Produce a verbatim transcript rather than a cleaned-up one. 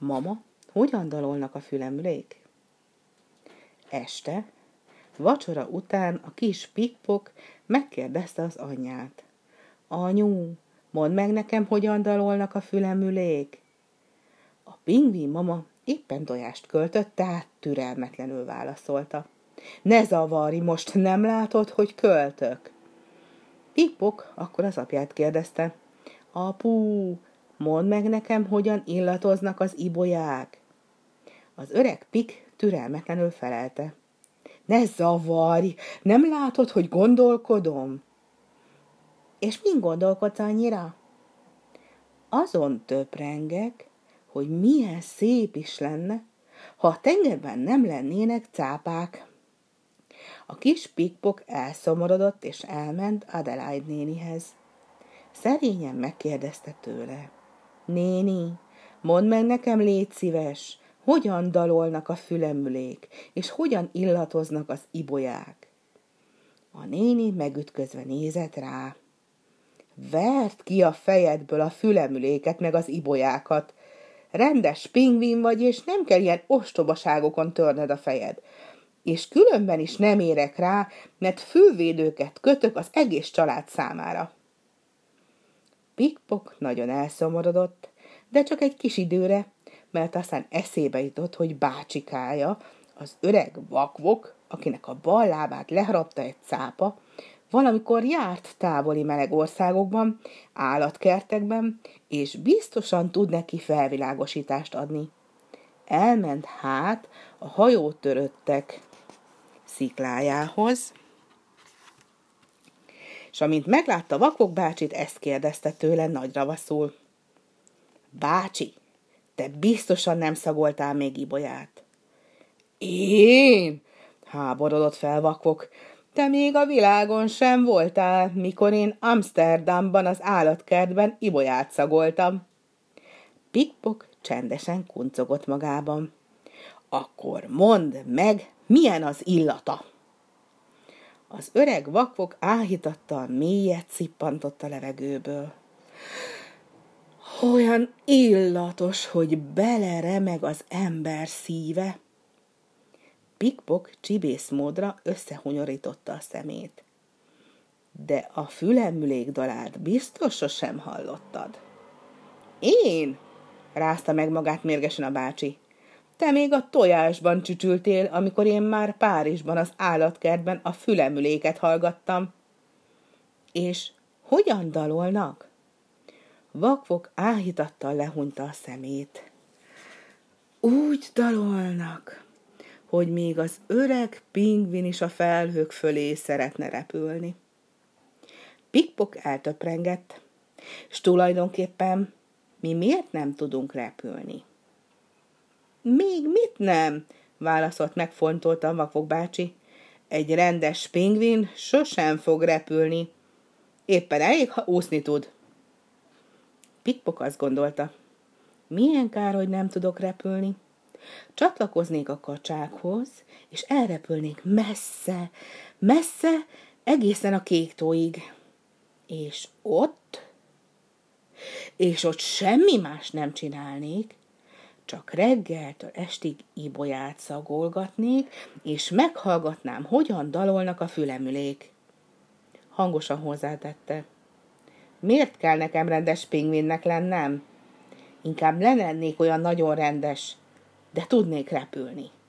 Mama, hogyan dalolnak a fülemülék? Este, vacsora után a kis Pikpok megkérdezte az anyját. Anyu, mondd meg nekem, hogyan dalolnak a fülemülék? A pingvin mama éppen tojást költött, tehát türelmetlenül válaszolta. Ne zavarj, most nem látod, hogy költök? Pikpok akkor az apját kérdezte. Apu, mondd meg nekem, hogyan illatoznak az ibolyák? Az öreg Pik türelmetlenül felelte. Ne zavarj, nem látod, hogy gondolkodom? És min gondolkodsz annyira? Azon töprengek, hogy milyen szép is lenne, ha a tengerben nem lennének cápák. A kis Pikpok elszomorodott, és elment Adelaide nénihez. Szerényen megkérdezte tőle. Néni, mondd meg nekem, légy szíves, hogyan dalolnak a fülemülék, és hogyan illatoznak az ibolyák? A néni megütközve nézett rá. Verd ki a fejedből a fülemüléket meg az ibolyákat. Rendes pingvin vagy, és nem kell ilyen ostobaságokon törned a fejed. És különben is nem érek rá, mert fülvédőket kötök az egész család számára. Pikpok nagyon elszomorodott, de csak egy kis időre, mert aztán eszébe jutott, hogy bácsikája, az öreg Vakvok, akinek a bal lábát leharapta egy cápa, valamikor járt távoli meleg országokban, állatkertekben, és biztosan tud neki felvilágosítást adni. Elment hát a hajótöröttek sziklájához, és amint meglátta Vakvok bácsit, ezt kérdezte tőle nagyravaszul. Bácsi, te biztosan nem szagoltál még ibolyát? Én? Háborodott fel Vakvok. Te még a világon sem voltál, mikor én Amsterdamban az állatkertben ibolyát szagoltam. Pikpok csendesen kuncogott magában. Akkor mondd meg, milyen az illata? Az öreg Vakvok áhítattal mélyet szippantott a levegőből. Olyan illatos, hogy beleremeg az ember szíve. Pikpok csibészmódra összehunyorította a szemét. De a fülemülék dalát biztos sosem hallottad. Én? Rázta meg magát mérgesen a bácsi. Te még a tojásban csücsültél, amikor én már Párizsban az állatkertben a fülemüléket hallgattam. És hogyan dalolnak? Vakvok áhítattal lehunta a szemét. Úgy dalolnak, hogy még az öreg pingvin is a felhők fölé szeretne repülni. Pikpok eltöprengett, s tulajdonképpen mi miért nem tudunk repülni? Még mit nem? Válaszolt megfontoltan Vakvok bácsi. Egy rendes pingvin sosem fog repülni. Éppen elég, ha úszni tud. Pikpok azt gondolta. Milyen kár, hogy nem tudok repülni. Csatlakoznék a kacsákhoz, és elrepülnék messze, messze, egészen a kéktóig. És ott? És ott semmi más nem csinálnék, csak reggeltől estig ibolyát szagolgatnék, és meghallgatnám, hogyan dalolnak a fülemülék. Hangosan hozzátette. Miért kell nekem rendes pingvinnek lennem? Inkább lennék olyan nagyon rendes, de tudnék repülni.